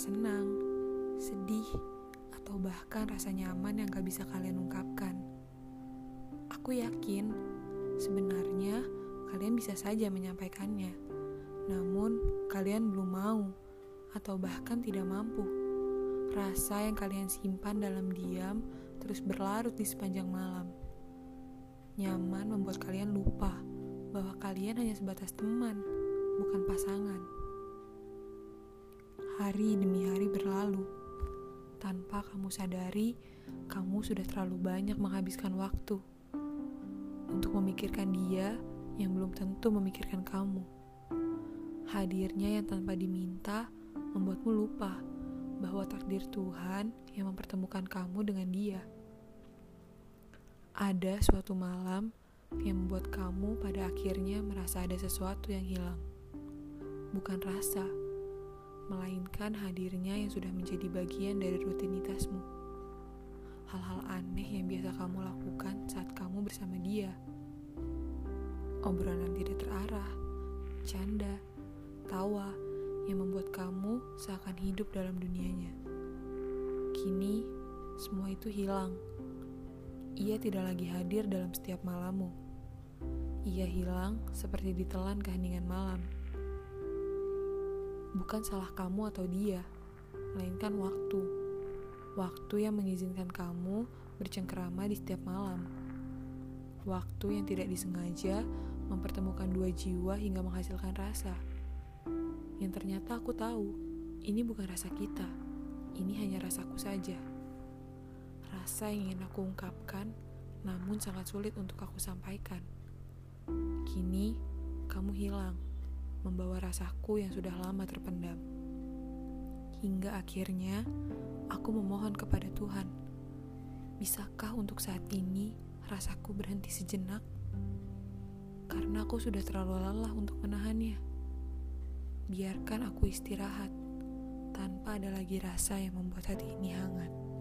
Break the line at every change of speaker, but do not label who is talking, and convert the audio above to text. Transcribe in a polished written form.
senang, sedih, atau bahkan rasa nyaman yang gak bisa kalian ungkapkan. Aku yakin sebenarnya kalian bisa saja menyampaikannya, namun kalian belum mau atau bahkan tidak mampu. Rasa yang kalian simpan dalam diam terus berlarut di sepanjang malam. Nyaman membuat kalian lupa bahwa kalian hanya sebatas teman, bukan pasangan. Hari demi hari berlalu. Tanpa kamu sadari, kamu sudah terlalu banyak menghabiskan waktu untuk memikirkan dia yang belum tentu memikirkan kamu. Hadirnya yang tanpa diminta membuatmu lupa bahwa takdir Tuhan yang mempertemukan kamu dengan dia. Ada suatu malam yang membuat kamu pada akhirnya merasa ada sesuatu yang hilang. Bukan rasa, melainkan hadirnya yang sudah menjadi bagian dari rutinitasmu. Hal-hal aneh yang biasa kamu lakukan saat kamu bersama dia. Obrolan tidak terarah, canda, tawa yang membuat kamu seakan hidup dalam dunianya. Kini, semua itu hilang. Ia tidak lagi hadir dalam setiap malammu. Ia hilang seperti ditelan keheningan malam. Bukan salah kamu atau dia, melainkan waktu. Waktu yang mengizinkan kamu bercengkerama di setiap malam. Waktu yang tidak disengaja mempertemukan dua jiwa hingga menghasilkan rasa. Yang ternyata aku tahu, ini bukan rasa kita. Ini hanya rasaku saja. Rasa yang ingin aku ungkapkan, namun sangat sulit untuk aku sampaikan. Kini, kamu hilang, membawa rasaku yang sudah lama terpendam. Hingga akhirnya, aku memohon kepada Tuhan, bisakah untuk saat ini rasaku berhenti sejenak? Karena aku sudah terlalu lelah untuk menahannya. Biarkan aku istirahat, tanpa ada lagi rasa yang membuat hati ini hangat.